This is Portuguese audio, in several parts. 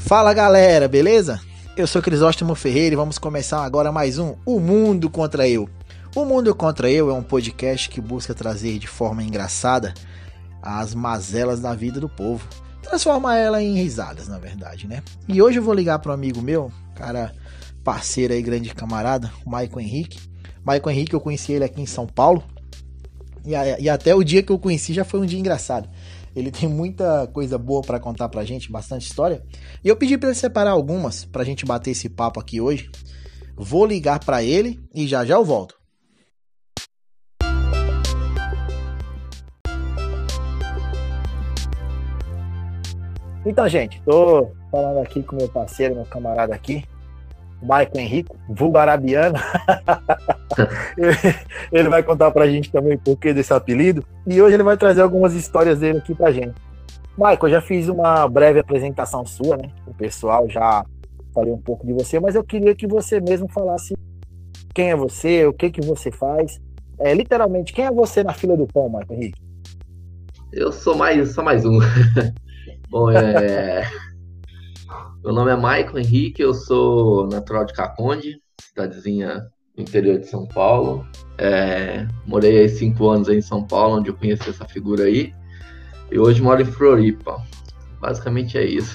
Fala galera, beleza? Eu sou Crisóstomo Ferreira e vamos começar agora mais um O Mundo Contra Eu. O Mundo Contra Eu é um podcast que busca trazer de forma engraçada as mazelas da vida do povo. Transformar ela em risadas, na verdade, né? E hoje eu vou ligar para um amigo meu, cara parceiro aí, grande camarada, o Maicon Henrique. Maicon Henrique, eu conheci ele aqui em São Paulo e até o dia que eu conheci já foi um dia engraçado. Ele tem muita coisa boa para contar pra gente, bastante história. E eu pedi para ele separar algumas pra gente bater esse papo aqui hoje. Vou ligar para ele e já eu volto. Então, gente, tô falando aqui com meu parceiro, meu camarada aqui, o Maicon Henrique, vulgo arabiano. Ele vai contar pra gente também o porquê desse apelido. E hoje ele vai trazer algumas histórias dele aqui pra gente. Maicon, eu já fiz uma breve apresentação sua, né? O pessoal já falei um pouco de você, mas eu queria que você mesmo falasse quem é você, o que você faz. Literalmente, quem é você na fila do pão, Maicon Henrique? Eu sou mais um. Bom, meu nome é Maicon Henrique, eu sou natural de Caconde, cidadezinha no interior de São Paulo. Morei aí 5 anos aí em São Paulo, onde eu conheci essa figura aí. E hoje moro em Floripa. Basicamente é isso.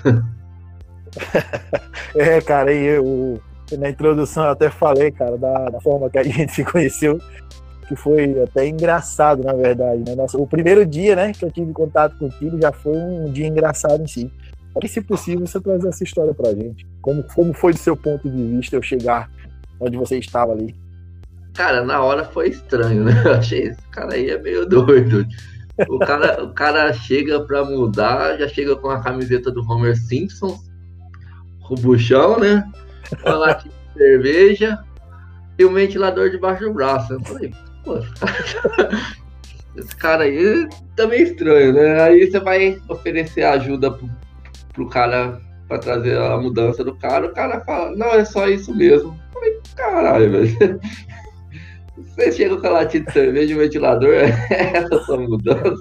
Cara, na introdução eu até falei, cara, da forma que a gente se conheceu, que foi até engraçado, na verdade, né? O primeiro dia, né, que eu tive contato contigo já foi um dia engraçado em si. E, se possível, você traz essa história pra gente. Como foi do seu ponto de vista eu chegar onde você estava ali? Cara, na hora foi estranho, né? Eu achei esse cara aí é meio doido. O cara chega pra mudar, já chega com a camiseta do Homer Simpson, o buchão, né? Uma latinha de cerveja e um ventilador debaixo do braço. Eu falei, pô, esse cara aí tá meio estranho, né? Aí você vai oferecer ajuda pro cara pra trazer a mudança do cara, o cara fala, não, é só isso mesmo. Eu falei, caralho, velho. Você chega com a latinha de cerveja e o ventilador, essa é a sua mudança.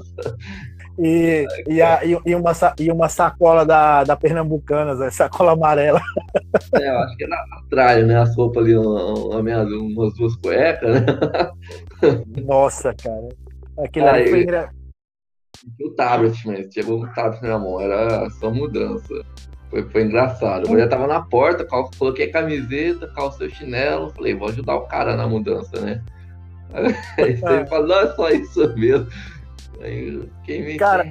E uma sacola da Pernambucanas, a sacola amarela. Eu acho que é na tralha, né? As roupas ali, umas 2 cuecas, né? Nossa, cara. Aquele ali foi engraçado. O tablet, mas chegou um tablet na mão, era só mudança. Foi engraçado. Eu já tava na porta, coloquei a camiseta, calcei o chinelo, falei, vou ajudar o cara na mudança, né? Aí você fala, não, é só isso mesmo. Aí quem me cara,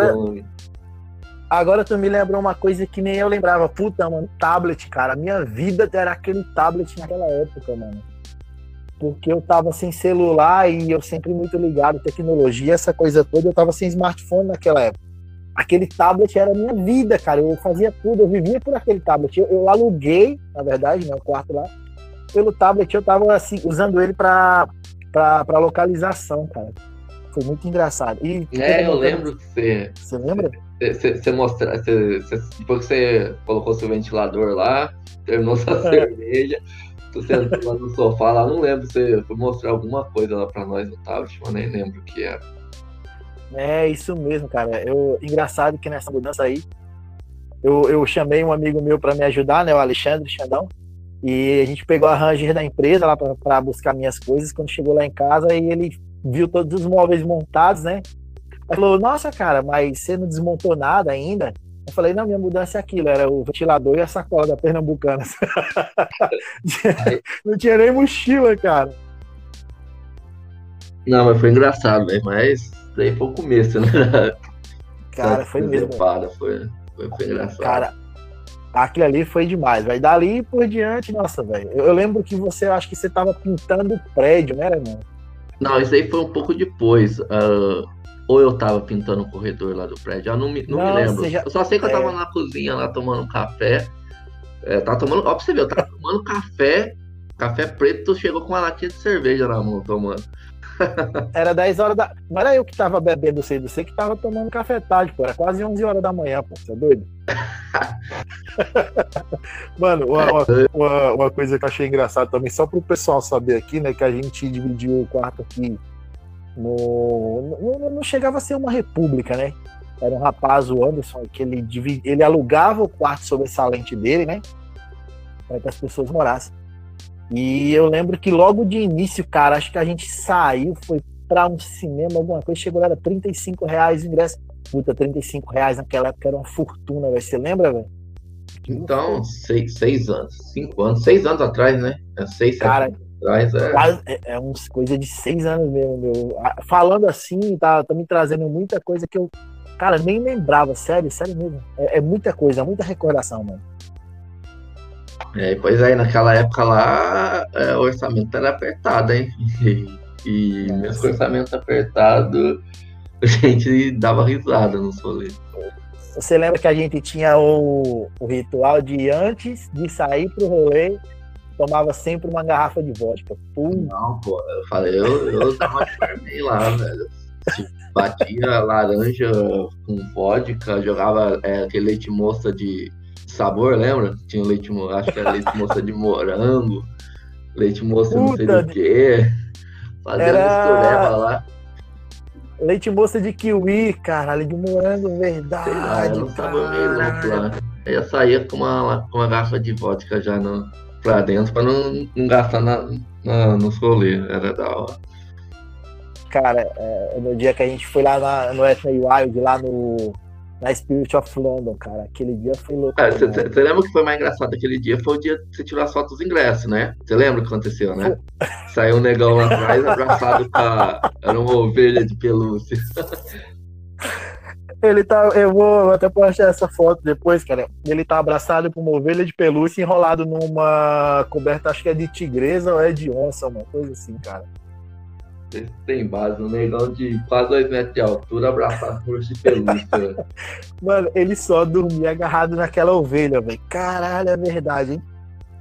agora tu me lembrou uma coisa que nem eu lembrava. Puta, mano, tablet, cara. Minha vida era aquele tablet naquela época, mano. Porque eu tava sem celular e eu sempre muito ligado à tecnologia, essa coisa toda, eu tava sem smartphone naquela época. Aquele tablet era a minha vida, cara. Eu fazia tudo, eu vivia por aquele tablet. Eu aluguei, na verdade, meu quarto lá, pelo tablet. Eu tava assim, usando ele pra localização, cara. Foi muito engraçado. Eu lembro que você... Você lembra? Você mostra, depois que você colocou seu ventilador lá, terminou sua cerveja, tu sentou lá no sofá, lá, não lembro, você foi mostrar alguma coisa lá pra nós no tablet, mas nem lembro o que era. É isso mesmo, cara. Engraçado que nessa mudança aí, eu chamei um amigo meu pra me ajudar, né, o Alexandre Xandão, e a gente pegou a Ranger da empresa lá pra buscar minhas coisas. Quando chegou lá em casa, e ele viu todos os móveis montados, né? Ele falou, nossa, cara, mas você não desmontou nada ainda? Eu falei, não, minha mudança é aquilo, era o ventilador e a sacola da Pernambucanas. Não tinha nem mochila, cara. Não, mas foi engraçado, velho, mas daí foi o começo, né? Cara, foi mesmo. Foi engraçado. Cara, aquilo ali foi demais, velho. Dali por diante, nossa, velho. Eu lembro que acho que você tava pintando o prédio, né, irmão? Não, isso aí foi um pouco depois. Ou eu tava pintando o corredor lá do prédio, eu não me lembro. Eu só sei que eu tava na cozinha lá tomando café. Tava tomando, ó, pra você ver, eu tava tomando café preto, chegou com uma latinha de cerveja na mão tomando. Era 10 horas da... Não era eu que tava bebendo cedo, você que tava tomando café tarde, pô. Era quase 11 horas da manhã, pô. Você é doido? Mano, uma coisa que eu achei engraçado também, só pro pessoal saber aqui, né, que a gente dividiu o quarto aqui não chegava a ser uma república, né? Era um rapaz, o Anderson, que ele alugava o quarto sobressalente dele, né? Para que as pessoas morassem. E eu lembro que logo de início, cara, acho que a gente saiu, foi para um cinema, alguma coisa, chegou lá, era R$35 o ingresso. Puta, R$35 naquela época era uma fortuna, velho. Você lembra, velho? Então, 6 anos, 5 anos, 6 anos atrás, né? 6, 7 anos atrás. É uns coisa de 6 anos mesmo, meu. Falando assim, tá me trazendo muita coisa que eu, cara, nem lembrava, sério mesmo. É muita coisa, muita recordação, mano. Pois aí, naquela época lá, o orçamento era apertado, hein? E mesmo com o orçamento apertado, a gente dava risada nos rolês. Você lembra que a gente tinha o ritual de antes de sair pro rolê, tomava sempre uma garrafa de vodka? Não, pô, eu falei, eu dava uma charmei lá, velho. Batia laranja com vodka, jogava aquele leite moça de sabor, lembra? Tinha leite, acho que era leite moça de morango, leite moça não sei do que. Fazendo mistureba lá. Leite moça de kiwi, caralho, de morango, verdade. Era um sabor meio louco lá. Aí eu saía com uma garrafa de vodka já pra dentro, pra não gastar nos rolês. Era da hora. Cara, no dia que a gente foi lá no Ethna Wild, lá na Spirit of London, cara, aquele dia foi louco. Você lembra que foi mais engraçado aquele dia? Foi o dia que você tirou as fotos dos ingressos, né? Você lembra o que aconteceu, né? Saiu um negão lá atrás, abraçado era uma ovelha de pelúcia. Eu vou até postar essa foto depois, cara. Ele tá abraçado por uma ovelha de pelúcia, enrolado numa coberta, acho que é de tigresa ou é de onça, uma coisa assim, cara. Tem base, um negão de quase 2 metros de altura, abraçado por urso de pelúcia. Mano, ele só dormia agarrado naquela ovelha, velho. Caralho, é verdade, hein?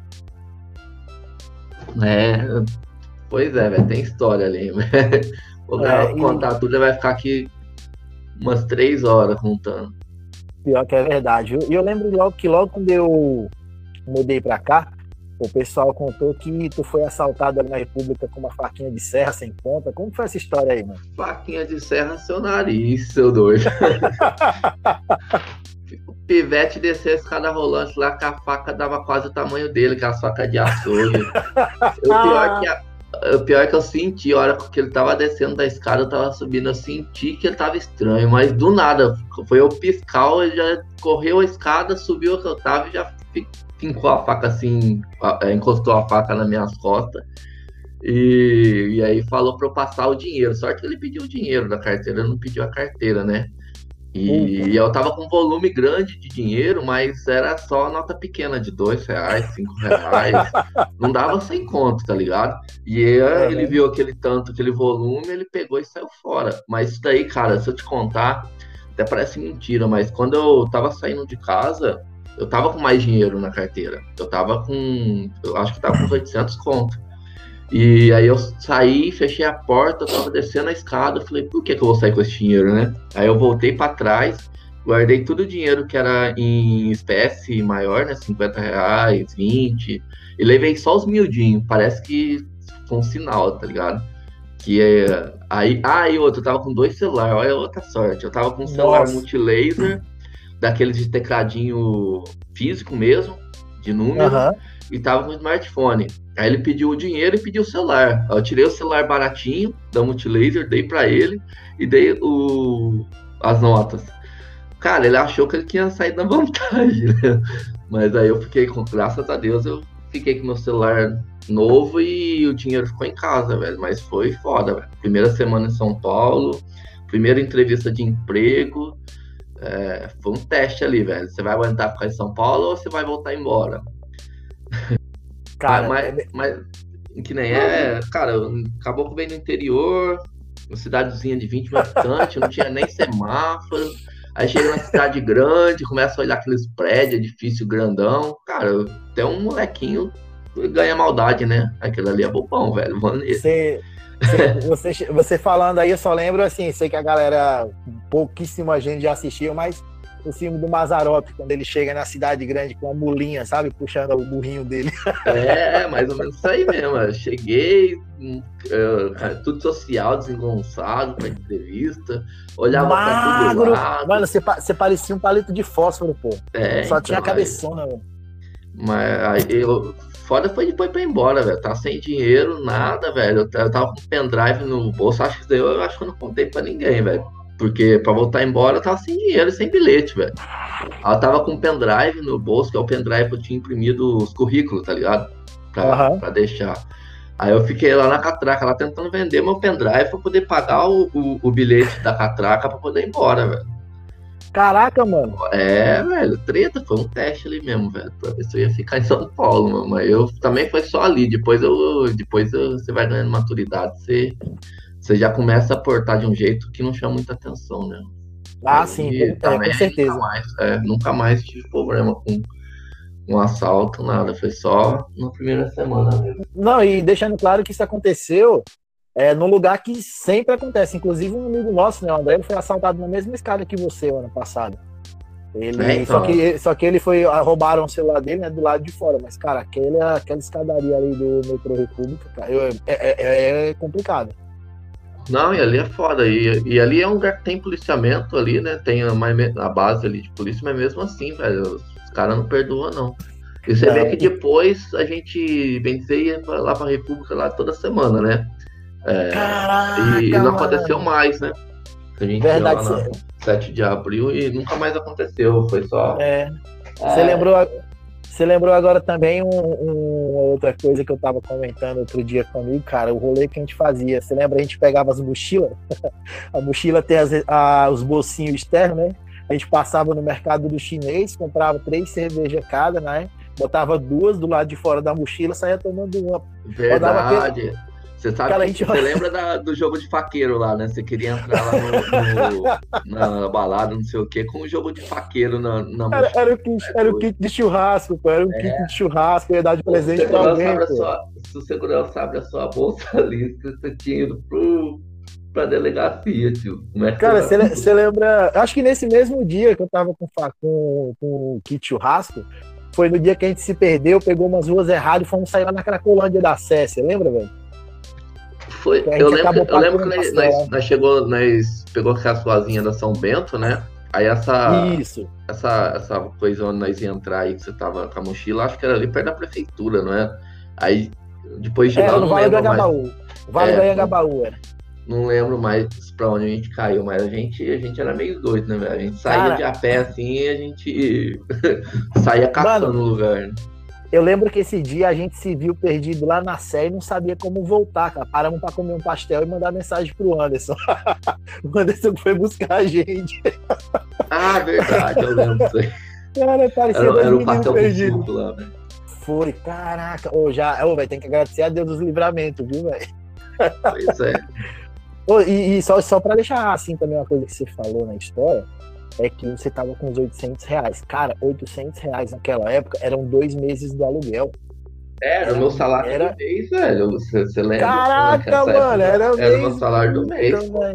Pois é, velho, tem história ali. Vou contar tudo, vai ficar aqui umas 3 horas contando. Pior que é verdade. E eu lembro logo quando eu mudei pra cá, o pessoal contou que tu foi assaltado ali na República com uma faquinha de serra sem ponta. Como foi essa história aí, mano? Faquinha de serra seu nariz, seu doido. O pivete desceu a escada rolante lá, que a faca dava quase o tamanho dele, que a faca de açougue. O pior é que eu senti, a hora que ele tava descendo da escada, eu tava subindo, eu senti que ele tava estranho, mas do nada, foi eu piscar, ele já correu a escada, subiu o que eu tava e já fincou a faca assim, encostou a faca nas minhas costas e aí falou pra eu passar o dinheiro. Sorte que ele pediu o dinheiro da carteira, não pediu a carteira, né? E eu tava com um volume grande de dinheiro, mas era só nota pequena de R$2, R$5. Não dava 100 conto, tá ligado? E ele viu aquele volume, ele pegou e saiu fora. Mas isso daí, cara, se eu te contar, até parece mentira, mas quando eu tava saindo de casa, eu tava com mais dinheiro na carteira. Eu acho que tava com uns 800 conto. E aí eu saí, fechei a porta, eu tava descendo a escada, falei, por que eu vou sair com esse dinheiro, né? Aí eu voltei pra trás, guardei todo o dinheiro que era em espécie maior, né? R$50, 20, e levei só os miudinhos. Parece que foi um sinal, tá ligado? E outro, eu tava com 2 celulares, olha a outra sorte. Eu tava com um celular multilaser, daquele de tecladinho físico mesmo, de número, e tava com um smartphone. Aí ele pediu o dinheiro e pediu o celular. Eu tirei o celular baratinho da Multilaser, dei pra ele e dei as notas. Cara, ele achou que ele tinha saído na vantagem, né? Mas aí eu fiquei, graças a Deus, eu fiquei com meu celular novo e o dinheiro ficou em casa, velho. Mas foi foda, velho. Primeira semana em São Paulo, primeira entrevista de emprego. Foi um teste ali, velho. Você vai aguentar ficar em São Paulo ou você vai voltar embora? Cara, mas que nem cara, acabou que veio no interior, uma cidadezinha de 20 mil habitantes, não tinha nem semáforo. Aí chega na cidade grande, começa a olhar aqueles prédios, edifício grandão. Cara, até um molequinho ganha maldade, né? Aquilo ali é bobão, velho. Você falando aí, eu só lembro assim, sei que a galera, pouquíssima gente já assistiu, mas o filme do Mazzaropi, quando ele chega na cidade grande com a mulinha, sabe? Puxando o burrinho dele. Mais ou menos isso aí mesmo. Eu cheguei, tudo social, desengonçado pra entrevista, olhava pra todo lado. Mano, você parecia um palito de fósforo, pô. Só tinha a cabeçona, velho. Mas aí foda foi depois pra ir embora, velho. Tava sem dinheiro, nada, velho. Eu tava com pendrive no bolso, acho que eu não contei pra ninguém, velho. Porque pra voltar embora eu tava sem dinheiro e sem bilhete, velho. Ela tava com pendrive no bolso, que é o pendrive que eu tinha imprimido os currículos, tá ligado? Pra deixar. Aí eu fiquei lá na catraca, lá tentando vender meu pendrive pra poder pagar o bilhete da catraca pra poder ir embora, velho. Caraca, mano. Velho, treta, foi um teste ali mesmo, velho, pra ver se eu ia ficar em São Paulo, mano. Mas eu também foi só ali, depois você vai ganhando maturidade, você já começa a portar de um jeito que não chama muita atenção, né? Sim, com certeza. Nunca mais tive problema com um assalto, nada, foi só na primeira semana mesmo. Não, e deixando claro que isso aconteceu num lugar que sempre acontece. Inclusive um amigo nosso, né, o André, ele foi assaltado na mesma escada que você o ano passado. Só que ele roubaram o celular dele, né, do lado de fora. Mas, cara, aquela escadaria ali do metrô República, cara, é complicado. Não, e ali é foda. E ali é um lugar que tem policiamento ali, né? Tem a base ali de polícia, mas mesmo assim, velho, os caras não perdoam, não. E você vê que depois a gente ia lá pra República lá toda semana, né? Caraca, e não aconteceu mais, né? A gente Verdade, ia lá na 7 de abril e nunca mais aconteceu. Foi só. Você lembrou agora também uma outra coisa que eu tava comentando outro dia comigo, cara, o rolê que a gente fazia. Você lembra? A gente pegava as mochilas, a mochila tem os bolsinhos externos, né? A gente passava no mercado do chinês, comprava 3 cervejas cada, né? Botava 2 do lado de fora da mochila, saía tomando uma. Verdade. Você sabe, cara, você lembra do jogo de faqueiro lá, né? Você queria entrar lá na balada, não sei o quê, com o jogo de faqueiro na mochila. Era o kit de churrasco, pô. Era um kit de churrasco, ia dar de presente pra alguém, se o segurança abre a sua bolsa ali, você tinha ido pra delegacia, tio. Cara, você lembra... Acho que nesse mesmo dia que eu tava com o kit churrasco, foi no dia que a gente se perdeu, pegou umas ruas erradas e fomos sair lá na Cracolândia da Sé, você lembra, velho? Eu lembro que nós pegou aquela ruazinha da São Bento, né? Aí essa coisa onde nós ia entrar aí, que você tava com a mochila, acho que era ali perto da prefeitura, não é? Aí, depois de lá, no Vale do Anhangabaú. Vale do Anhangabaú, era. Não lembro mais pra onde a gente caiu, mas a gente era meio doido, né, velho? A gente saía de a pé assim e a gente saía caçando no lugar, né? Eu lembro que esse dia a gente se viu perdido lá na Sé e não sabia como voltar, cara. Paramos pra comer um pastel e mandar mensagem pro Anderson. O Anderson foi buscar a gente. Verdade, eu lembro disso aí. Cara, parecia era o pastel perdido. Do suco lá, velho. Foi, caraca. Velho, tem que agradecer a Deus dos livramentos, viu, velho? Pois é. E só pra deixar assim também uma coisa que você falou na história, é que você tava com uns R$800. Cara, R$800 naquela época eram 2 meses do aluguel. Era o meu salário do mês, velho. Você lembra? Caraca, mano, era o meu salário do mês.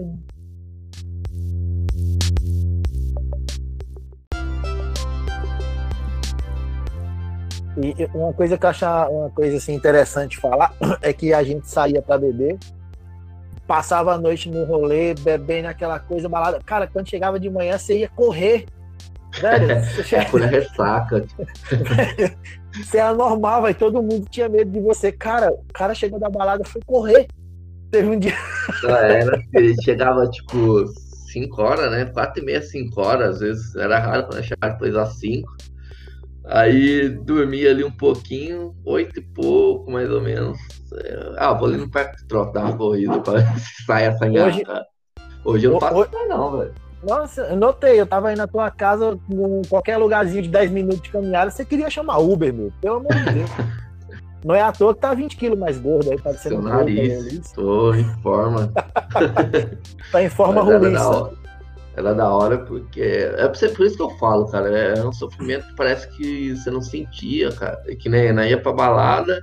E uma coisa que eu acho uma coisa assim, interessante falar é que a gente saía pra beber, passava a noite no rolê, bebendo aquela coisa, balada. Cara, quando chegava de manhã, você ia correr. Velho, por ressaca. Você era normal, velho. Todo mundo tinha medo de você. Cara, o cara chegou da balada, foi correr. Teve um dia. Ele chegava tipo 5 horas, né? 4h30, 5 horas. Às vezes era raro quando chegava depois às 5. Aí dormia ali um pouquinho, 8 e pouco, mais ou menos. Vou ali no Parque do Trote dar uma corrida pra sair assanhado. Hoje eu não faço isso não, velho. Nossa, eu notei, eu tava aí na tua casa, em qualquer lugarzinho de 10 minutos de caminhada, você queria chamar Uber, meu. Pelo amor de Deus. Não é à toa que tá 20 quilos mais gordo aí, parecendo. Seu nariz, tô em forma. Tá em forma ruim. Era da hora, porque... por isso que eu falo, cara. É um sofrimento que parece que você não sentia, cara. Que nem ia pra balada,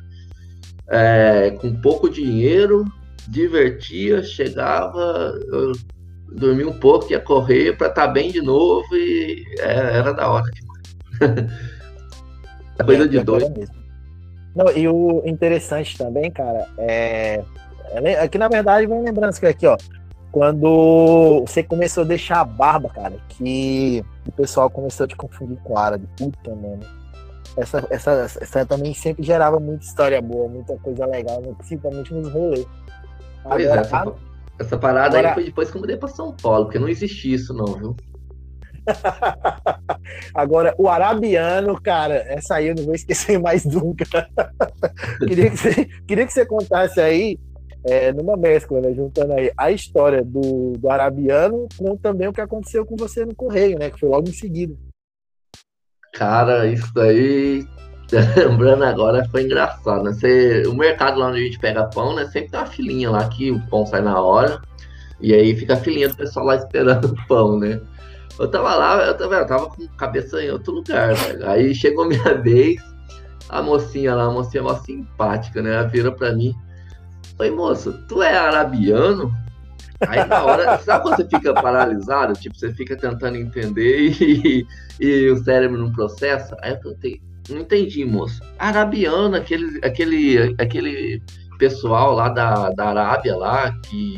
com pouco dinheiro, divertia, chegava... dormir um pouco, ia correr pra estar bem de novo e era da hora. Coisa de doido. Não, e o interessante também, cara, aqui na verdade, vamos lembrando que aqui, ó, quando você começou a deixar a barba, cara, que o pessoal começou a te confundir com árabe. Puta, mano. Essa também sempre gerava muita história boa, muita coisa legal, né? Principalmente nos rolês. Agora, essa parada aí foi depois que eu mudei pra São Paulo, porque não existia isso não, viu? Agora, o arabiano, cara, essa aí eu não vou esquecer mais nunca. Queria que você contasse aí, numa mescla, né, juntando aí a história do arabiano com também o que aconteceu com você no Correio, né, que foi logo em seguida. Cara, isso daí, lembrando agora, foi engraçado, né? O mercado lá onde a gente pega pão, né, sempre tem uma filinha lá que o pão sai na hora, e aí fica a filinha do pessoal lá esperando o pão, né? Eu tava lá, eu tava com a cabeça em outro lugar, velho. Aí chegou minha vez, a mocinha mó simpática, né? Ela vira pra mim, oi moço, tu é arabiano? Aí na hora, sabe quando você fica paralisado? Tipo, você fica tentando entender e o cérebro não processa? Aí eu perguntei, não entendi, moço. Arabiano, aquele pessoal lá da Arábia lá, que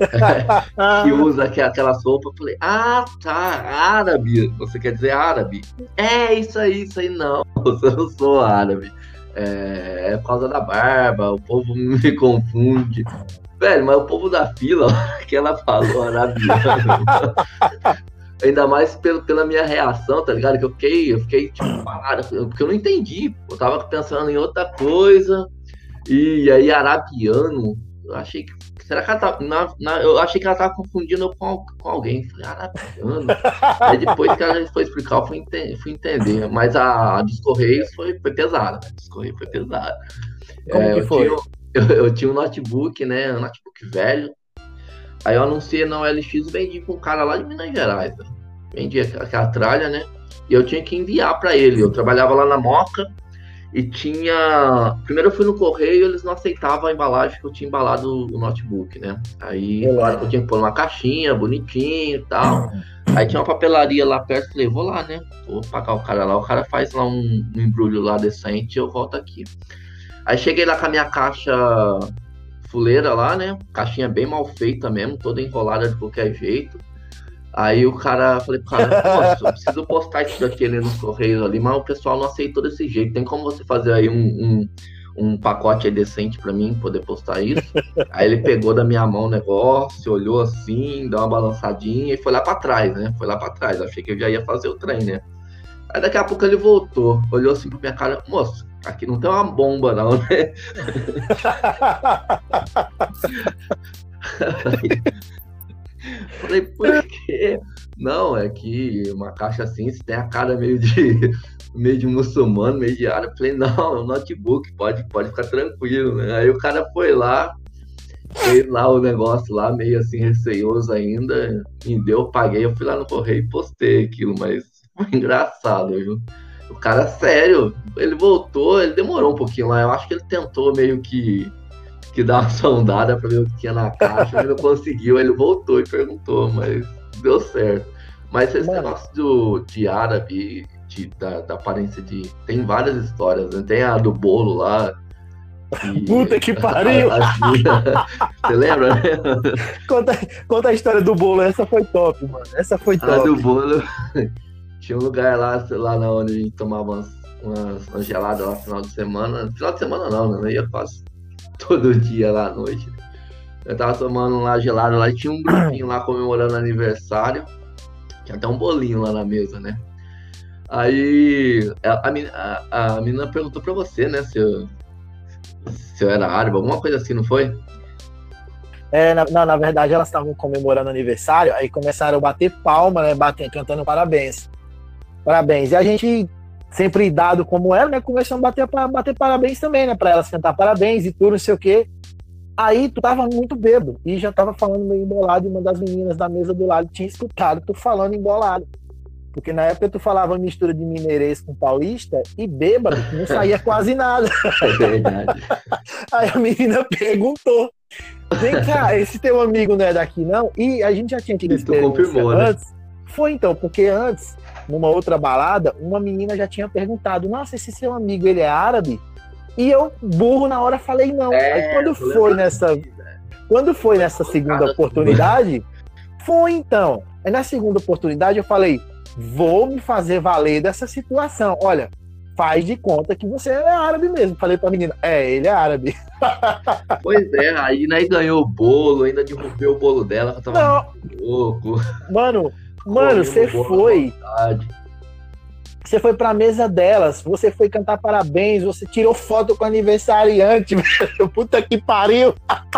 usa aquelas roupas. Eu falei, tá, árabe, você quer dizer árabe? Isso aí, não, eu não sou árabe. É por causa da barba, o povo me confunde. Velho, mas o povo da fila, que ela falou arabiano, ainda mais pela minha reação, tá ligado? Que eu fiquei tipo, parado, porque eu não entendi. Eu tava pensando em outra coisa. E aí, arabiano, eu achei que. Será que ela tá. Eu achei que ela tava confundindo com alguém. Falei, arabiano. Aí depois que ela foi explicar, eu fui entender. Mas a dos Correios foi pesada. A dos Correios foi pesada. Como que foi? Eu tinha um notebook, né? Um notebook velho. Aí eu anunciei na OLX e vendi pra um cara lá de Minas Gerais. Né? Vendi aquela tralha, né? E eu tinha que enviar pra ele. Eu trabalhava lá na Moca. E tinha... Primeiro eu fui no correio, eles não aceitavam a embalagem que eu tinha embalado o notebook, né? Aí eu tinha que pôr uma caixinha, bonitinho e tal. Aí tinha uma papelaria lá perto, falei, vou lá, né? Vou pagar o cara lá, o cara faz lá um embrulho lá decente e eu volto aqui. Aí cheguei lá com a minha caixa fuleira lá, né? Caixinha bem mal feita mesmo, toda enrolada de qualquer jeito. Aí falei pro cara, nossa, eu preciso postar isso daqui ali nos correios ali, mas o pessoal não aceitou desse jeito. Tem como você fazer aí um pacote aí decente pra mim poder postar isso? Aí ele pegou da minha mão o negócio, olhou assim, deu uma balançadinha e foi lá pra trás, né? Foi lá pra trás, achei que eu já ia fazer o trem, né? Aí daqui a pouco ele voltou, olhou assim pra minha cara, moço, aqui não tem uma bomba não, né? Falei, por quê? Não, é que uma caixa assim, você tem a cara meio de muçulmano, meio de árabe. Falei, não, é um notebook, pode ficar tranquilo, né? Aí o cara foi lá, fez lá o negócio lá, meio assim, receioso ainda, me deu, paguei, eu fui lá no correio e postei aquilo, mas foi engraçado, viu? O cara, sério, ele voltou, ele demorou um pouquinho lá, eu acho que ele tentou meio que dar uma sondada pra ver o que tinha na caixa, mas não conseguiu, ele voltou e perguntou, mas deu certo. Mas esse negócio de árabe, da aparência de... Tem várias histórias, né? Tem a do bolo lá. Puta que pariu! Você lembra, né? Conta a história do bolo, essa foi top, mano. Essa foi top. A do bolo, tinha um lugar lá na onde a gente tomava umas geladas lá no final de semana. Final de semana não, né? Ia quase todo dia lá à noite. Eu tava tomando lá gelado lá e tinha um grupinho lá comemorando aniversário. Tinha até um bolinho lá na mesa, né? Aí a menina perguntou pra você, né? Se eu era árabe, alguma coisa assim, não foi? Na verdade elas estavam comemorando aniversário, aí começaram a bater palma, né? Cantando parabéns. Parabéns. E a gente, sempre dado como era, né? Começamos a bater parabéns também, né? Pra elas cantar parabéns e tudo, não sei o quê. Aí tu tava muito bêbado e já tava falando meio embolado e uma das meninas da mesa do lado tinha escutado tu falando embolado. Porque na época tu falava mistura de mineirês com paulista e bêbado, não saía quase nada. É verdade. Aí a menina perguntou, Vem cá, esse teu amigo não é daqui, não? E a gente já tinha tido Tu confirmou, né? antes. Foi então, porque antes, numa outra balada, uma menina já tinha perguntado, nossa, esse seu amigo, ele é árabe? E eu, burro, na hora falei não. Aí quando foi nessa segunda oportunidade, foi então. Aí na segunda oportunidade eu falei, vou me fazer valer dessa situação. Olha, faz de conta que você é árabe mesmo. Falei pra menina, ele é árabe. Pois é, aí ganhou o bolo, ainda derrubei o bolo dela, que eu tava muito louco. Mano, você foi. Você foi pra mesa delas, você foi cantar parabéns, você tirou foto com o aniversariante, velho. Puta que pariu.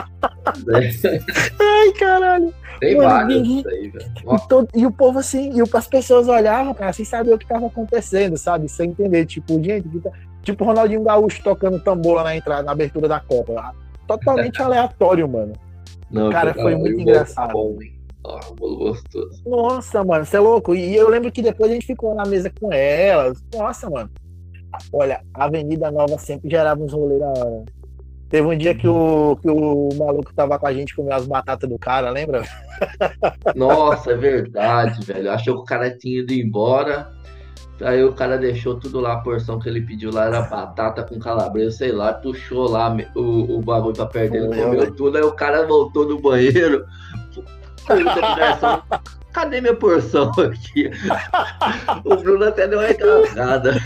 Ai, caralho. Tem vários aí, velho. E o povo assim, as pessoas olhavam, cara, sem saber o que tava acontecendo, sabe? Sem entender, tipo, gente, tipo o Ronaldinho Gaúcho tocando tambor lá na entrada, na abertura da Copa. Totalmente aleatório, mano. Não, cara, foi muito engraçado. Bom, bolo gostoso. Nossa, mano, você é louco. E eu lembro que depois a gente ficou na mesa com elas. Nossa, mano. Olha, a Avenida Nova sempre gerava uns rolês da hora. Teve um dia que o maluco tava com a gente comendo as batatas do cara, lembra? Nossa, é verdade, velho. Achou que o cara tinha ido embora. Aí o cara deixou tudo lá, a porção que ele pediu lá era batata com calabresa, sei lá, puxou lá o bagulho pra perder, ele comeu tudo, aí o cara voltou do banheiro. Cadê minha porção aqui? O Bruno até deu uma reclamada.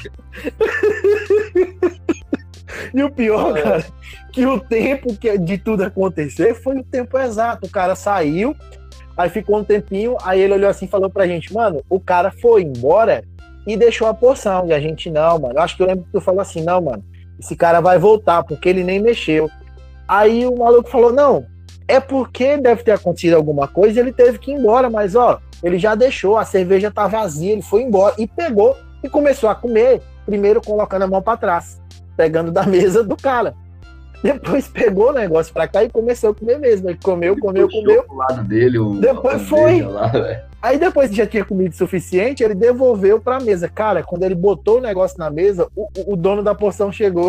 E o pior, cara, que o tempo de tudo acontecer foi o tempo exato. O cara saiu, aí ficou um tempinho, aí ele olhou assim e falou pra gente, mano, o cara foi embora e deixou a porção. E a gente, não, mano. Eu acho que eu lembro que tu falou assim, não, mano, esse cara vai voltar, porque ele nem mexeu. Aí o maluco falou, não, é porque deve ter acontecido alguma coisa e ele teve que ir embora, mas ó, ele já deixou, a cerveja tá vazia, ele foi embora e pegou e começou a comer, primeiro colocando a mão pra trás, pegando da mesa do cara. Depois pegou o negócio pra cá e começou a comer mesmo. Ele comeu. Pro lado dele, depois foi. Lá, aí depois que já tinha comido o suficiente, ele devolveu pra mesa. Cara, quando ele botou o negócio na mesa, o dono da porção chegou.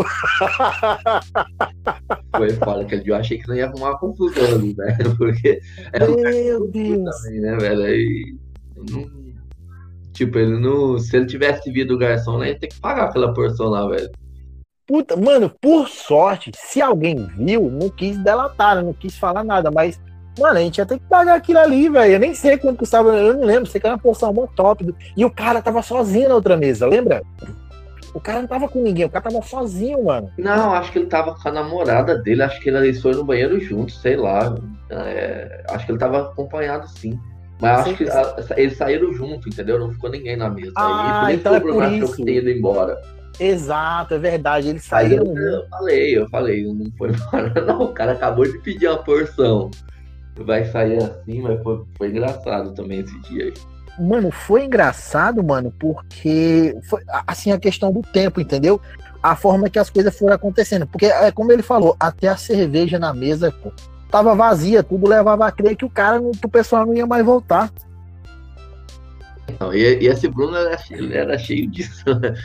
Foi foda, que eu achei que não ia arrumar uma confusão ali, velho. Porque meu Deus. Também, né, velho? Aí, tipo, ele não. Se ele tivesse vindo o garçom, ele ia ter que pagar aquela porção lá, velho. Puta, mano, por sorte, se alguém viu, não quis delatar, não quis falar nada, mas, mano, a gente ia ter que pagar aquilo ali, velho. Eu nem sei quanto custava, eu não lembro, sei que era uma porção muito top. E o cara tava sozinho na outra mesa, lembra? O cara não tava com ninguém, o cara tava sozinho, mano. Não, acho que ele tava com a namorada dele, acho que eles foram no banheiro juntos, sei lá. Acho que ele tava acompanhado, sim. Mas acho que eles saíram junto, entendeu? Não ficou ninguém na mesa. Aí, então é por isso. Que tem ido embora. Exato, é verdade, eles saíram. Eu falei, não foi embora, não. O cara acabou de pedir uma porção. Vai sair assim, mas foi engraçado também esse dia aí. Mano, foi engraçado, mano, porque foi assim a questão do tempo, entendeu? A forma que as coisas foram acontecendo. Porque, como ele falou, até a cerveja na mesa, pô, tava vazia, tudo levava a crer que o pessoal não ia mais voltar. Não, e esse Bruno era cheio disso.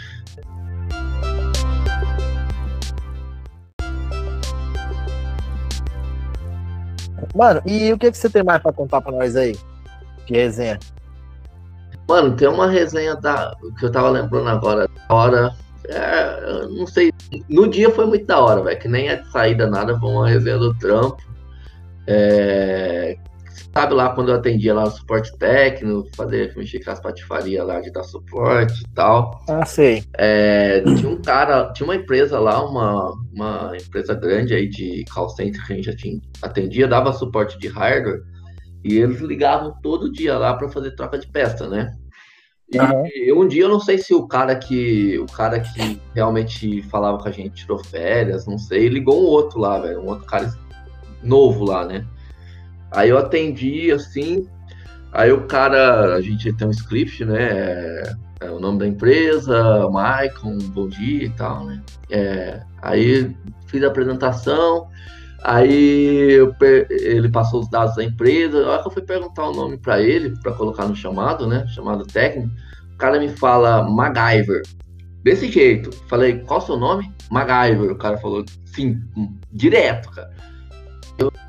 Mano, e o que você tem mais pra contar pra nós aí? Que resenha? Mano, tem uma resenha que eu tava lembrando agora. Não sei. No dia foi muito da hora, velho. Que nem é de saída nada, foi uma resenha do trampo. Sabe lá quando eu atendia lá no suporte técnico, mexer com as patifarias lá de dar suporte e tal. Ah, sei. Tinha uma empresa lá, uma empresa grande aí de call center que a gente atendia, dava suporte de hardware, e eles ligavam todo dia lá para fazer troca de peça, né? E um dia eu não sei se o cara que realmente falava com a gente tirou férias, não sei, ligou um outro lá, velho, um outro cara novo lá, né? Aí eu atendi, assim, aí o cara, a gente tem um script, né, o nome da empresa, Maicon, bom dia e tal, né, aí fiz a apresentação, aí ele passou os dados da empresa, a hora que eu fui perguntar o nome pra ele, pra colocar no chamado, né, chamado técnico, o cara me fala MacGyver, desse jeito, falei, qual o seu nome? MacGyver, o cara falou, sim, direto, cara.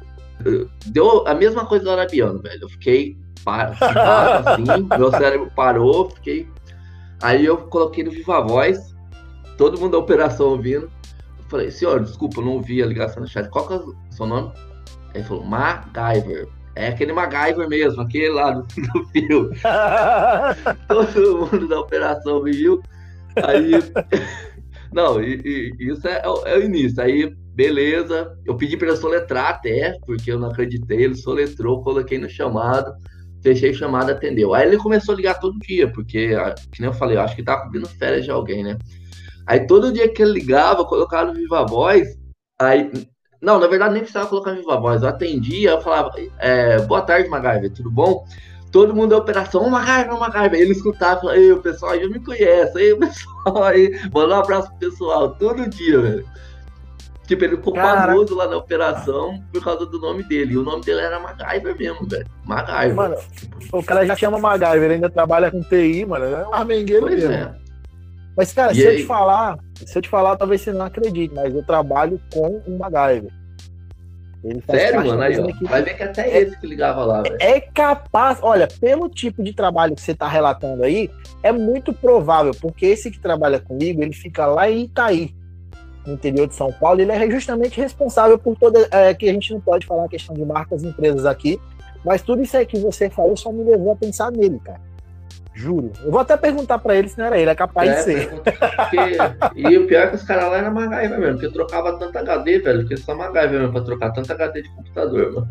deu a mesma coisa do Arabiano, velho. Eu fiquei parado, assim, meu cérebro parou, fiquei... Aí eu coloquei no Viva Voz, todo mundo da operação ouvindo. Eu falei, senhor, desculpa, eu não ouvi a ligação no chat. Qual que é o seu nome? Aí ele falou, MacGyver. É aquele MacGyver mesmo, aquele lá do filme. Todo mundo da operação me viu. Aí... Não, isso é o início. Aí, beleza. Eu pedi para ele soletrar até, porque eu não acreditei. Ele soletrou, coloquei no chamado, fechei o chamado, atendeu. Aí ele começou a ligar todo dia, porque, que nem eu falei, eu acho que tava cobrindo férias de alguém, né? Aí todo dia que ele ligava, eu colocava no Viva Voz. Aí, não, na verdade nem precisava colocar no Viva Voz. Eu atendia, eu falava, boa tarde, MacGyver, tudo bom? Todo mundo da operação, MacGyver. Ele escutava, falava, ei, o pessoal já me conhece, aí o pessoal aí, manda um abraço pro pessoal, todo dia, velho. Tipo, ele ficou famoso lá na operação por causa do nome dele. E o nome dele era MacGyver mesmo, velho. MacGyver. Mano, o cara já chama MacGyver, ele ainda trabalha com TI, mano. É um armengueiro mesmo. É. Mas, cara, se eu te falar, talvez você não acredite, mas eu trabalho com um MacGyver. Sério, mano? Aí, ó, vai ver que até esse que ligava lá, velho. É capaz, olha, pelo tipo de trabalho que você tá relatando aí, é muito provável, porque esse que trabalha comigo, ele fica lá em Itaí, no interior de São Paulo, ele é justamente responsável por toda, que a gente não pode falar a questão de marcas e empresas aqui, mas tudo isso aí que você falou só me levou a pensar nele, cara. Juro. Eu vou até perguntar pra ele se não era ele, é capaz de ser. E o pior é que os caras lá eram MacGyver mesmo, porque trocava tanto HD, velho, porque só MacGyver mesmo pra trocar tanto HD de computador, mano.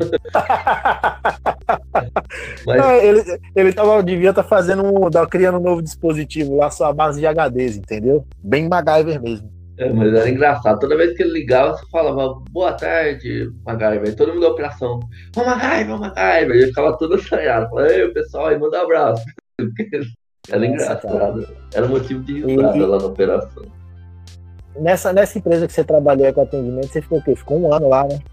Mas... Não, ele devia estar criando um novo dispositivo lá, só a base de HDs, entendeu? Bem MacGyver mesmo. Mas era engraçado. Toda vez que ele ligava, você falava, boa tarde, MacGyver. Aí todo mundo da operação, ô MacGyver. Ele ficava todo assanhado. Falava, ei, pessoal, aí manda um abraço. Era engraçado. Era motivo de risada lá na operação. Nessa empresa que você trabalhou aí com atendimento, você ficou o quê? Ficou 1 ano lá, né?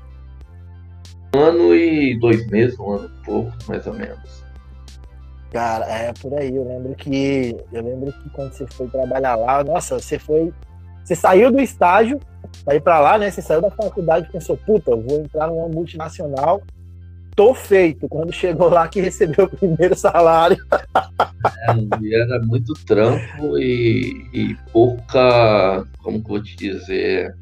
1 ano e 2 meses, 1 ano e pouco, mais ou menos. Cara, por aí. Eu lembro que quando você foi trabalhar lá, nossa, você saiu do estágio pra ir pra lá, né? Você saiu da faculdade e pensou, puta, eu vou entrar numa multinacional, tô feito. Quando chegou lá que recebeu o primeiro salário. Era muito trampo e pouca, como que eu vou te dizer?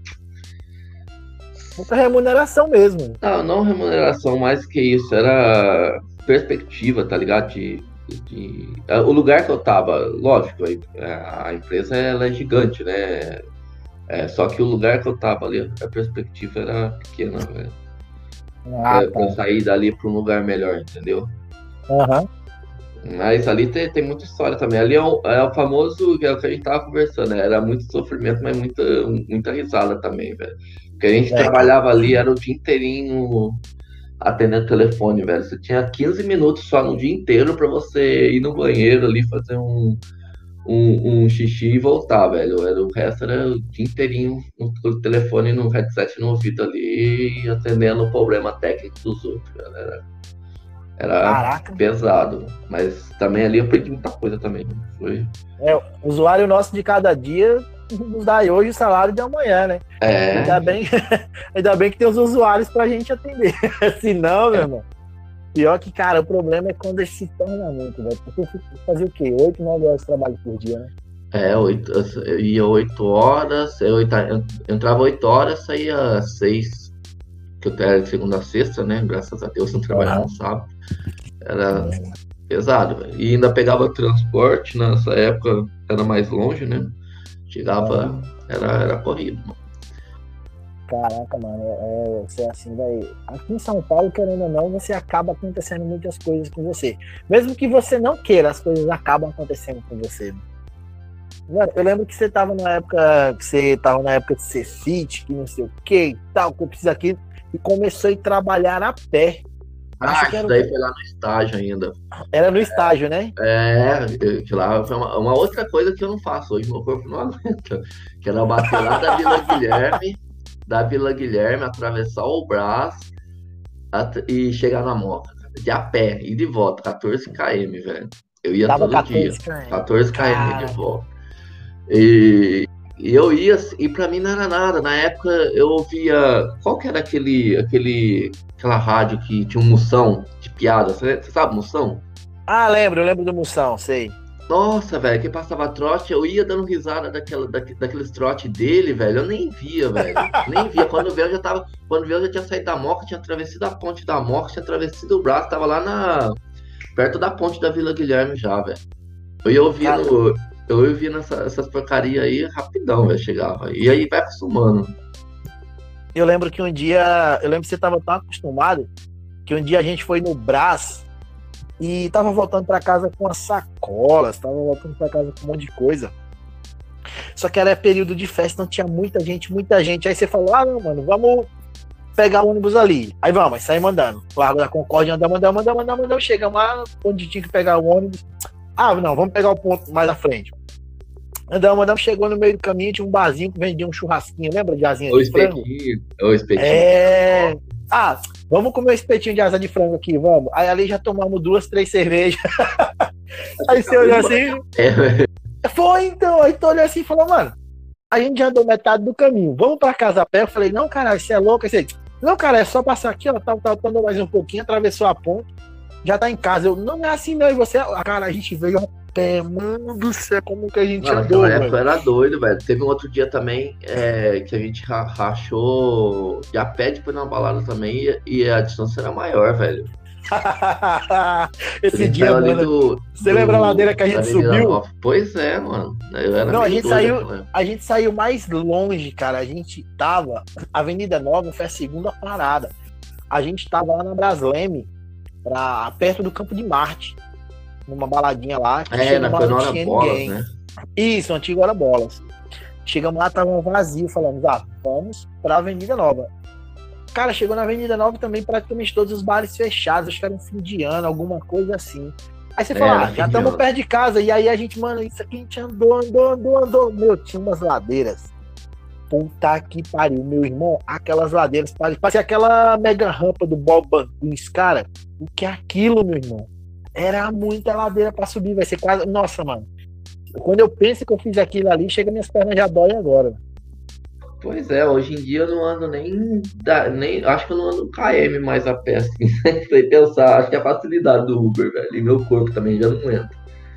Pouca remuneração mesmo. Não remuneração, mais que isso, era perspectiva, tá ligado? O lugar que eu tava, lógico, a empresa ela é gigante, né? Só que o lugar que eu tava ali, a perspectiva era pequena, velho. Pra sair dali pra um lugar melhor, entendeu? Uhum. Mas ali tem muita história também. Ali é o famoso, que é o que a gente tava conversando, né? Era muito sofrimento, mas muita risada também, velho. Porque a gente trabalhava ali, era o dia inteirinho atendendo telefone, velho. Você tinha 15 minutos só no dia inteiro pra você ir no banheiro ali, fazer um xixi e voltar, velho. O resto era o dia inteirinho no telefone, no headset no ouvido ali, e atendendo o problema técnico dos outros, velho. Era pesado, mas também ali eu aprendi muita coisa também. Foi... o usuário nosso de cada dia nos dá hoje o salário de amanhã, né? Ainda bem que tem os usuários pra gente atender. Se não, meu irmão. Pior que, cara, o problema é quando ele se torna muito, velho. Porque eu fazia o quê? 8, 9 horas de trabalho por dia, né? Eu ia 8 horas, eu entrava 8 horas, saía 6, que eu era de segunda a sexta, né? Graças a Deus não trabalhava no sábado. Era pesado, velho. E ainda pegava transporte, nessa época era mais longe, né? Chegava, era corrido, mano. Caraca, mano, você assim, velho. Aqui em São Paulo, querendo ou não, você acaba acontecendo muitas coisas com você. Mesmo que você não queira, as coisas acabam acontecendo com você. Mano, eu lembro que você tava na época de ser fit, que não sei o que e tal, que eu preciso aqui, e começou a ir trabalhar a pé. Isso daí foi lá no estágio ainda. Era no estágio, né? Lá foi uma outra coisa que eu não faço hoje, meu corpo não aguenta. Que era bater lá da Vila Guilherme, atravessar o Brás e chegar na Moca. De a pé e de volta, 14 km, velho. Eu ia todo dia. 14 km de volta. E E eu ia, e pra mim não era nada. Na época eu ouvia. Qual que era aquela rádio que tinha um Moção de piada? Você sabe Moção? Ah, eu lembro do Moção, sei. Nossa, velho, que passava trote, eu ia dando risada daqueles trote dele, velho. Eu nem via, velho. Nem via. Quando veio, eu já tinha saído da Moca, tinha atravessado a ponte da Moca, tinha atravessado o braço, tava lá perto da ponte da Vila Guilherme já, velho. Eu ia ouvindo essas porcarias aí rapidão, velho, chegava. E aí vai acostumando. Eu lembro que você tava tão acostumado que um dia a gente foi no Brás e tava voltando pra casa com as sacolas, tava voltando pra casa com um monte de coisa. Só que era período de festa, não tinha muita gente. Aí você falou, não, mano, vamos pegar o ônibus ali. Aí vamos, sair mandando. Largo da Concórdia, andamos, chegamos lá onde tinha que pegar o ônibus. Não, vamos pegar o ponto mais à frente. Andamos, chegou no meio do caminho, tinha um barzinho que vendia um churrasquinho, lembra de asinha de frango? O espetinho. Vamos comer um espetinho de asa de frango aqui, vamos. Aí ali já tomamos 2, 3 cervejas. Aí você olhou assim. Foi então, aí tu olhou assim e falou, mano, a gente já andou metade do caminho, vamos pra casa a pé. Eu falei, não, caralho, você é louco? Aí você, não, cara, é só passar aqui, ó, andou mais um pouquinho, atravessou a ponte, já tá em casa. Eu, não é assim não, e você, cara, a gente veio a pé, mano do céu, como que a gente andou, naquela época era doido, velho. Teve um outro dia também que a gente rachou de a pé depois na balada também e a distância era maior, velho. Esse dia, mano, você lembra a ladeira que a gente subiu? Pois é, mano. Não, a gente saiu mais longe, cara. A gente tava, Avenida Nova foi a segunda parada. A gente tava lá na Brasleme, perto do Campo de Marte, numa baladinha lá. Foi na Hora Bolas, né? Isso, antigo Hora Bolas. Chegamos lá, tava vazio, falamos, vamos pra Avenida Nova. Cara, chegou na Avenida Nova também praticamente todos os bares fechados, acho que era um fim de ano, alguma coisa assim. Aí você fala, já estamos perto de casa, e aí a gente, mano, isso aqui a gente andou. Meu, tinha umas ladeiras. Puta que pariu, meu irmão, aquelas ladeiras, parecia aquela mega rampa do Bob Banquins, cara. O que é aquilo, meu irmão? Era muita ladeira pra subir, vai ser quase... Nossa, mano. Quando eu penso que eu fiz aquilo ali, chega minhas pernas já doem agora. Pois é, hoje em dia eu não ando nem acho que eu não ando KM mais a pé, assim, sem pensar, acho que é a facilidade do Uber, velho, e meu corpo também já não aguenta.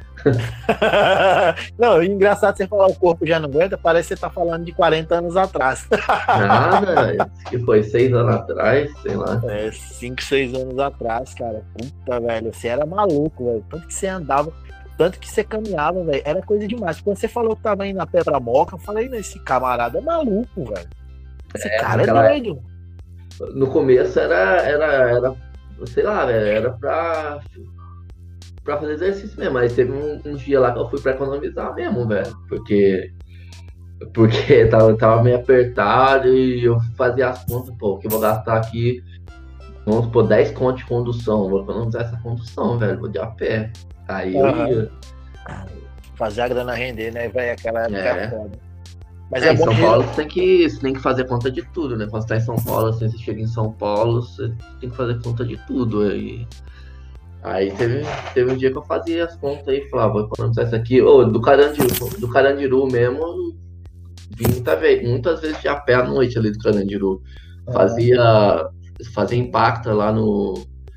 Não, engraçado você falar o corpo já não aguenta, parece que você tá falando de 40 anos atrás. Nada, que foi 6 anos atrás, sei lá. 5, 6 anos atrás, cara, puta, velho, você era maluco, velho, tanto que você andava, tanto que você caminhava, velho, era coisa demais. Quando você falou que tava indo a pé pra Moca, eu falei, esse camarada é maluco, velho. Esse cara é doido. No começo era sei lá, velho, era pra fazer exercício mesmo, mas teve um dia lá que eu fui pra economizar mesmo, velho, porque tava meio apertado e eu fazia as contas, que eu vou gastar aqui, vamos supor, 10 contos de condução, vou economizar essa condução, velho, vou de a pé. Aí eu ia. Fazer a grana render, né, velho? Aquela época é foda. Mas em São Paulo você tem que fazer conta de tudo, né? Quando você tá em São Paulo, assim, você chega em São Paulo, você tem que fazer conta de tudo. Aí teve um dia que eu fazia as contas aí, falava, vou economizar isso aqui. Do Carandiru mesmo, vim muitas vezes de a pé à noite ali do Carandiru. Fazia impacta lá no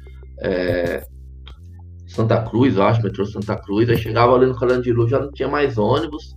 Santa Cruz, eu acho, metrô Santa Cruz. Aí chegava ali no Carandiru, já não tinha mais ônibus.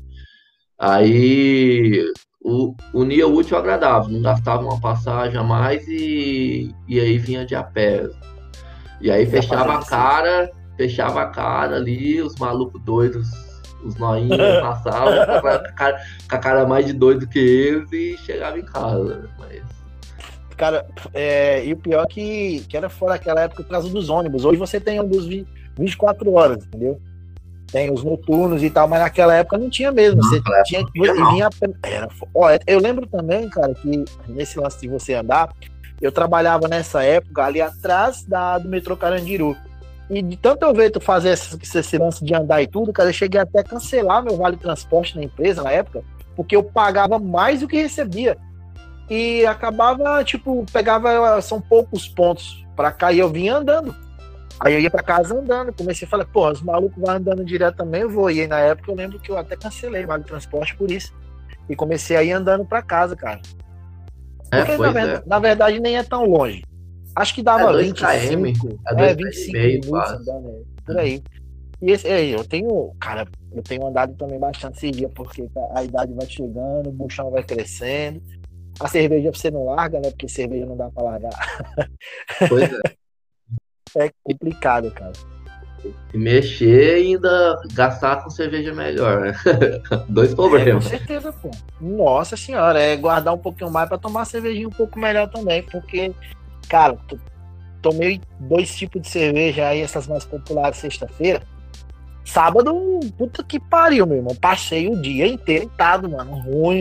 Aí unia o útil ao agradável, não gastava uma passagem a mais e aí vinha de a pé. E aí fechava a cara ali, os malucos doidos, os noinhos passavam com a cara mais de doido que eles e chegava em casa. Mas... Cara, e o pior que era fora daquela época por causa dos ônibus. Hoje você tem ônibus 24 horas, entendeu? Tem os noturnos e tal, mas naquela época não tinha mesmo. Você tinha que vinha. Eu lembro também, cara, que nesse lance de você andar, eu trabalhava nessa época ali atrás do metrô Carandiru. E de tanto eu ver tu fazer esse lance de andar e tudo, cara, eu cheguei até a cancelar meu vale transporte na empresa na época, porque eu pagava mais do que recebia. E acabava, pegava, são poucos pontos pra cá e eu vinha andando. Aí eu ia pra casa andando, comecei a falar, os malucos vão andando direto também, eu vou. E aí na época eu lembro que eu até cancelei o vale transporte por isso. e comecei a ir andando pra casa, cara. Porque Pois na verdade nem é tão longe. Acho que dava 2 25, km, 2,5 25 km minutos quase. andando, por aí. E esse aí, eu tenho andado também bastante esse dia, porque a idade vai chegando, o buchão vai crescendo. A cerveja você não larga, né? Porque cerveja não dá pra largar. Pois é. É complicado, cara. Se mexer e ainda gastar com cerveja melhor, né? 2 Com problemas. certeza, pô. Nossa senhora, é guardar um pouquinho mais pra tomar uma cervejinha um pouco melhor também, porque, cara, tomei 2 tipos de cerveja aí, essas mais populares, sexta-feira. Sábado, puta que pariu, meu irmão. Passei o dia inteiro deitado, mano. Ruim.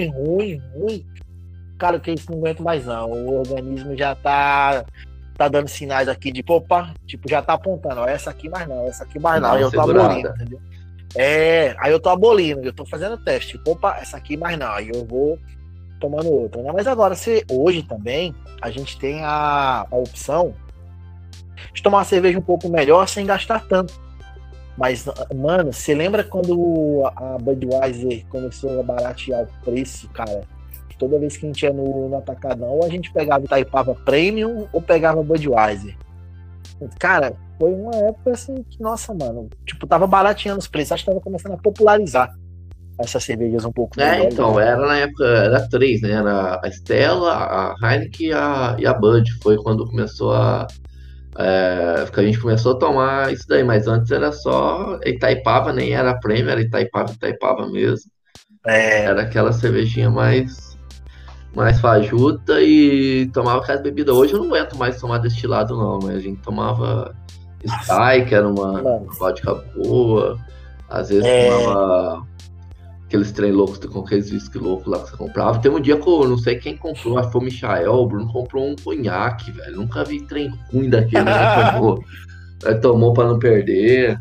Cara, que isso não aguento mais, não. O organismo já tá dando sinais aqui de, opa, tipo, já tá apontando, ó, essa aqui mais não, essa aqui mais não. Aí eu tô abolindo, entendeu? Aí eu tô abolindo, eu tô fazendo teste. Tipo, opa, essa aqui mais não. Aí eu vou tomando outra, né? Mas agora, hoje também, a gente tem a opção de tomar uma cerveja um pouco melhor sem gastar tanto. Mas, mano, você lembra quando a Budweiser começou a baratear o preço, cara? Toda vez que a gente ia no Atacadão, ou a gente pegava Itaipava Premium ou pegava Budweiser. Cara, foi uma época assim que, nossa, mano, tipo, tava barateando os preços. Acho que tava começando a popularizar essas cervejas um pouco melhores. Então, era na época, era 3, né? Era a Stella, a Heineken e a Bud. Foi quando começou que a gente começou a tomar isso daí, mas antes era só Itaipava, nem era Premium, era Itaipava mesmo. Era aquela cervejinha mais fajuta e tomava aquelas bebidas. Hoje eu não aguento mais tomar destilado, não, mas a gente tomava Sky, que era uma vodka boa, às vezes tomava aqueles trem loucos com aqueles whisky loucos lá que você comprava. Tem um dia que eu não sei quem comprou, acho que foi o Michael, o Bruno comprou um conhaque, velho. Nunca vi trem ruim daquele, né? Tomou pra não perder.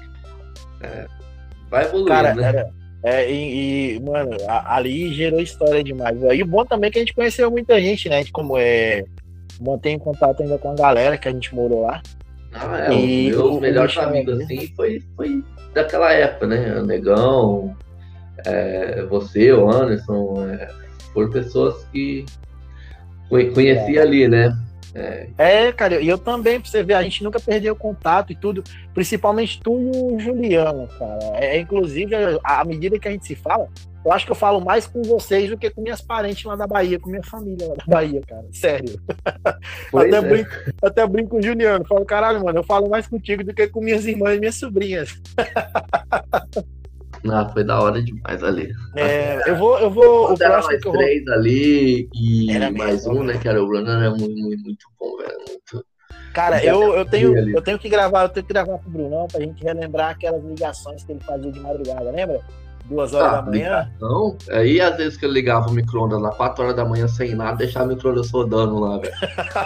Vai evoluindo, cara, né? Mano, ali gerou história demais. E o bom também é que a gente conheceu muita gente, né? A gente mantém contato ainda com a galera que a gente morou lá. E os meus melhores amigos, assim, foi daquela época, né? O Negão, você, o Anderson, foram pessoas que conheci ali, né? Cara, e eu também, pra você ver, a gente nunca perdeu contato e tudo, principalmente tu e o Juliano, cara. Inclusive, à medida que a gente se fala, eu acho que eu falo mais com vocês do que com minhas parentes lá da Bahia, com minha família lá da Bahia, cara. Sério. Até brinco com o Juliano. Falo, caralho, mano, eu falo mais contigo do que com minhas irmãs e minhas sobrinhas. Não, foi da hora demais ali. Eu vou. O era próximo mais que eu 3 ali e era mais mesmo, um, né? Que era o Bruno, era muito bom, velho. Cara, eu tenho que gravar pro Brunão pra gente relembrar aquelas ligações que ele fazia de madrugada, lembra? 2 horas da manhã. Não, aí às vezes que eu ligava o micro-ondas lá 4 horas da manhã sem nada, deixava o micro-ondas rodando lá, velho.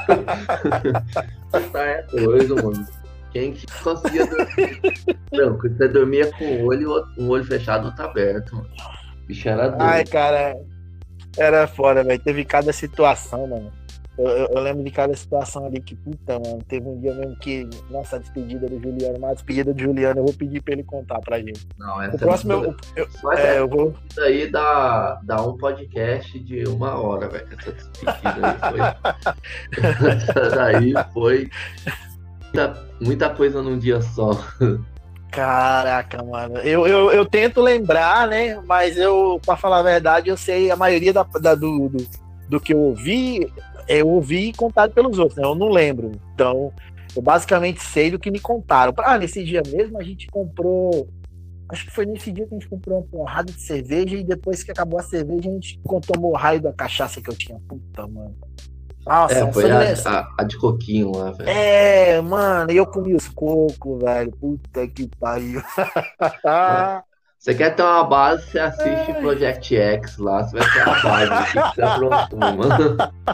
Tá doido, mano. Quem que conseguia dormir? Não, você dormia com um olho fechado e outro aberto, mano. Bicho era doido. Ai, cara, era foda, velho. Teve cada situação, mano. Eu lembro de cada situação ali que, puta, mano, teve um dia mesmo que, nossa, a despedida do Juliano, mas a despedida do Juliano eu vou pedir pra ele contar pra gente. Não, essa o próximo eu vou. Isso aí dá um podcast de 1 hora, velho. Essa despedida aí foi. Essa daí foi muita coisa num dia só. Caraca, mano. Eu tento lembrar, né? Mas pra falar a verdade, eu sei a maioria do que eu ouvi contado pelos outros, né? Eu não lembro. Então, eu basicamente sei do que me contaram. Nesse dia mesmo a gente comprou. Acho que foi nesse dia que a gente comprou uma porrada de cerveja e depois que acabou a cerveja a gente tomou o raio da cachaça que eu tinha. Puta, mano. Nossa, foi a de coquinho lá, velho. Mano, e eu comi os cocos, velho. Puta que pariu. Você quer ter uma base, você assiste Project X lá, você vai ter uma base aqui que você aprontou, mano.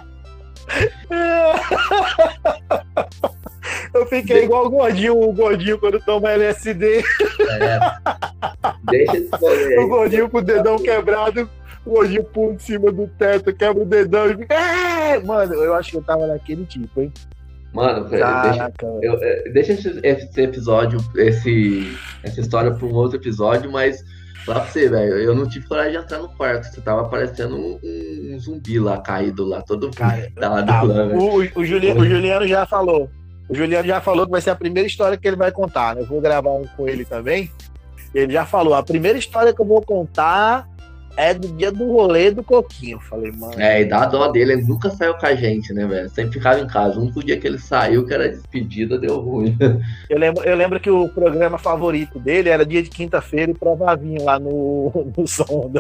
Eu fiquei igual o gordinho quando toma LSD. Deixa esse rolê aí. O gordinho com o dedão quebrado, o gordinho pula em cima do teto, quebra o dedão e fica. Mano, eu acho que eu tava naquele tipo, hein? Mano, Caraca, deixa esse episódio, essa história pra um outro episódio, mas lá pra você, velho, eu não tive coragem de entrar no quarto. Você tava parecendo um zumbi lá, caído lá, todo cara, pintado lá, velho. o Juliano já falou. O Juliano já falou que vai ser a primeira história que ele vai contar, né? Eu vou gravar um com ele também. Ele já falou, a primeira história que eu vou contar é do dia do rolê do Coquinho. Eu falei, mano. E dá dó dele, ele nunca saiu com a gente, né, velho? Sempre ficava em casa. O único dia que ele saiu, que era despedida, deu ruim. Eu lembro que o programa favorito dele era dia de quinta-feira e provavinho lá no Sonda.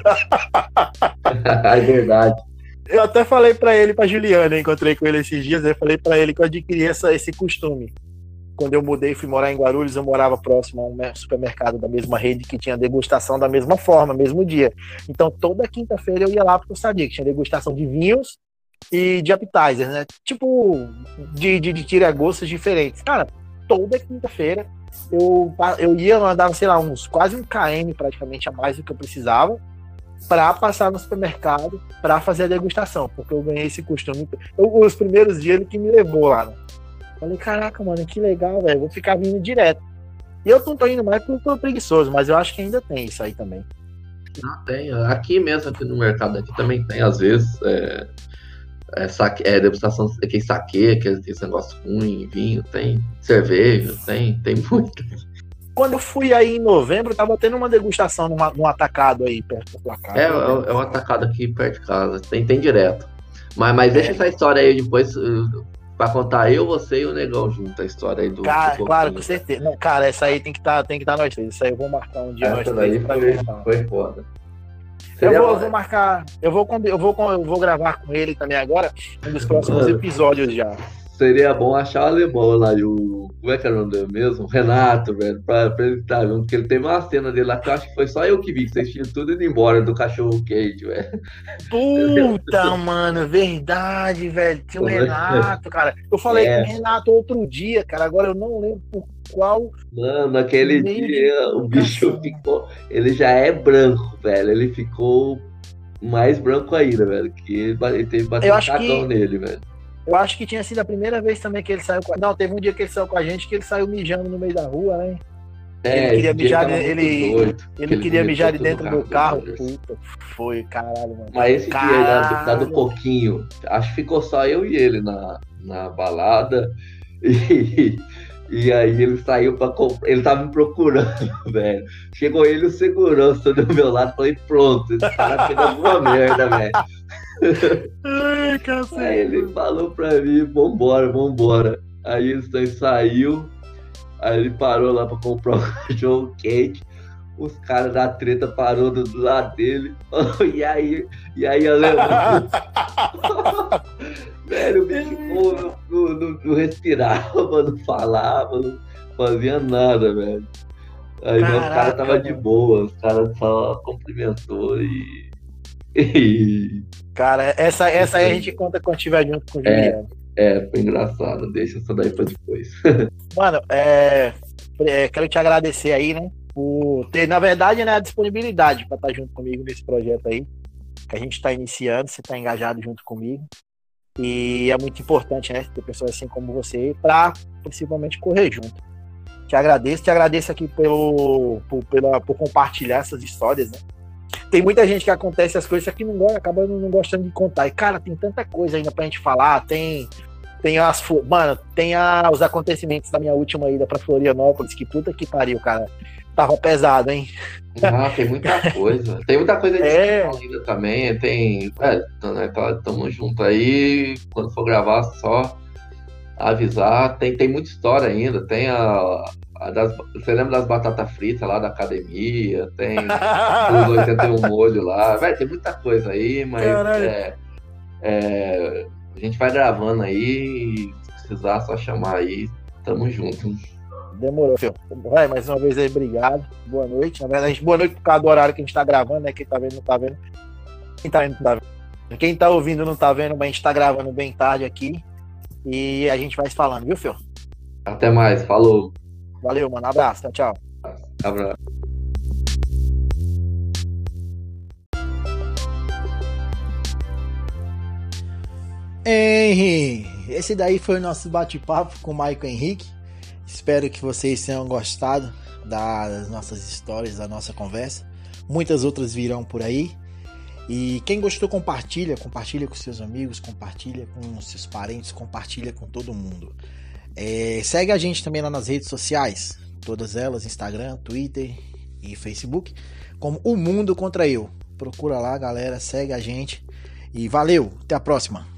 É verdade. Eu até falei pra ele, pra Juliana, eu encontrei com ele esses dias, eu falei pra ele que eu adquiri esse costume. Quando eu mudei e fui morar em Guarulhos, eu morava próximo a um supermercado da mesma rede que tinha degustação da mesma forma, mesmo dia. Então, toda quinta-feira eu ia lá porque eu sabia que tinha degustação de vinhos e de appetizers, né? Tipo, de tira-gostos diferentes. Cara, toda quinta-feira eu ia, eu andava, sei lá, quase 1 km praticamente a mais do que eu precisava para passar no supermercado para fazer a degustação, porque eu ganhei esse costume. Os primeiros dias ele que me levou lá, né? Falei, caraca, mano, que legal, velho. Vou ficar vindo direto. E eu não tô indo mais porque eu tô preguiçoso, mas eu acho que ainda tem isso aí também. Não, tem. Aqui mesmo, aqui no mercado, aqui também tem, às vezes, degustação, aquele saquê, aquele negócio ruim, vinho, tem cerveja, tem muito. Quando eu fui aí em novembro, tava tendo uma degustação num atacado aí perto da sua casa. É um atacado aqui perto de casa, tem direto. Mas deixa essa história aí depois. Pra contar eu, você e o Negão junto, a história aí do. Cara, do claro, com certeza. Não, cara, essa aí tem que tá nós três. Isso aí eu vou marcar um dia nós três pra contar. Foi foda. Eu vou marcar. Eu vou gravar com ele também agora, um dos próximos episódios já. Seria bom achar o alemão lá, como é que era o nome dele mesmo? Renato, velho, pra ele estar junto, porque ele teve uma cena dele lá que eu acho que foi só eu que vi, que vocês tinham tudo indo embora do cachorro quente, velho. Puta, mano, verdade, velho. Tinha o Renato, cara. Eu falei com o Renato outro dia, cara, agora eu não lembro por qual. Mano, aquele dia o bicho ficou. Ele já é branco, velho. Ele ficou mais branco ainda, velho. Que ele teve bastante cagão nele, velho. Eu acho que tinha sido a primeira vez também que ele saiu com a... Não, teve um dia que ele saiu com a gente que ele saiu mijando no meio da rua, né? Ele queria mijar, ele queria mijar de dentro do carro. Puta, foi, caralho, mano. Mas esse dia aí do Coquinho, acho que ficou só eu e ele na balada. E aí ele saiu pra comprar. Ele tava me procurando, velho. Chegou ele e o segurança do meu lado. Falei, pronto, esse cara fez alguma merda, velho. Ai, cacete. Aí ele falou pra mim, vambora. Aí ele saiu. Aí ele parou lá pra comprar um cachorro quente. Os caras da treta parou do lado dele. E aí alemão. Velho, o bicho não respirava, não falava, não fazia nada, velho. Aí os caras tava de boa, os caras só cumprimentou e. Cara, essa aí a gente conta quando estiver junto com o Juliano. Foi engraçado, deixa isso daí pra depois. Mano, quero te agradecer aí, né? Por ter, na verdade, né, a disponibilidade pra estar junto comigo nesse projeto aí, que a gente tá iniciando, você tá engajado junto comigo. E é muito importante, né, ter pessoas assim como você para principalmente correr junto. Te agradeço aqui por compartilhar essas histórias, né? Tem muita gente que acontece as coisas que acaba não gostando de contar. E, cara, tem tanta coisa ainda pra gente falar. Tem os acontecimentos da minha última ida pra Florianópolis, que puta que pariu, cara. Tava pesado, hein? Tem muita coisa. Tem muita coisa de ainda também. Tamo junto aí. Quando for gravar, só avisar. Tem muita história ainda. Tem você lembra das batatas fritas lá da academia? Tem os 81 molho lá. Tem muita coisa aí, mas a gente vai gravando aí. Se precisar, só chamar aí. Tamo junto. Demorou, filho. Vai, mais uma vez aí, obrigado. Boa noite. Na verdade, boa noite por causa do horário que a gente tá gravando, né? Quem tá vendo, não tá vendo. Quem tá vendo, não tá vendo. Quem tá ouvindo, não tá vendo, mas a gente tá gravando bem tarde aqui. E a gente vai se falando, viu, filho? Até mais, falou. Valeu, mano. Abraço, tchau. Abraço. Henry. esse daí foi o nosso bate-papo com o Maicon Henrique. Espero que vocês tenham gostado das nossas histórias, da nossa conversa. Muitas outras virão por aí. E quem gostou, compartilha com seus amigos, compartilha com seus parentes, compartilha com todo mundo. Segue a gente também lá nas redes sociais, todas elas, Instagram, Twitter e Facebook, como O Mundo Contra Eu. Procura lá, galera, segue a gente e valeu, até a próxima.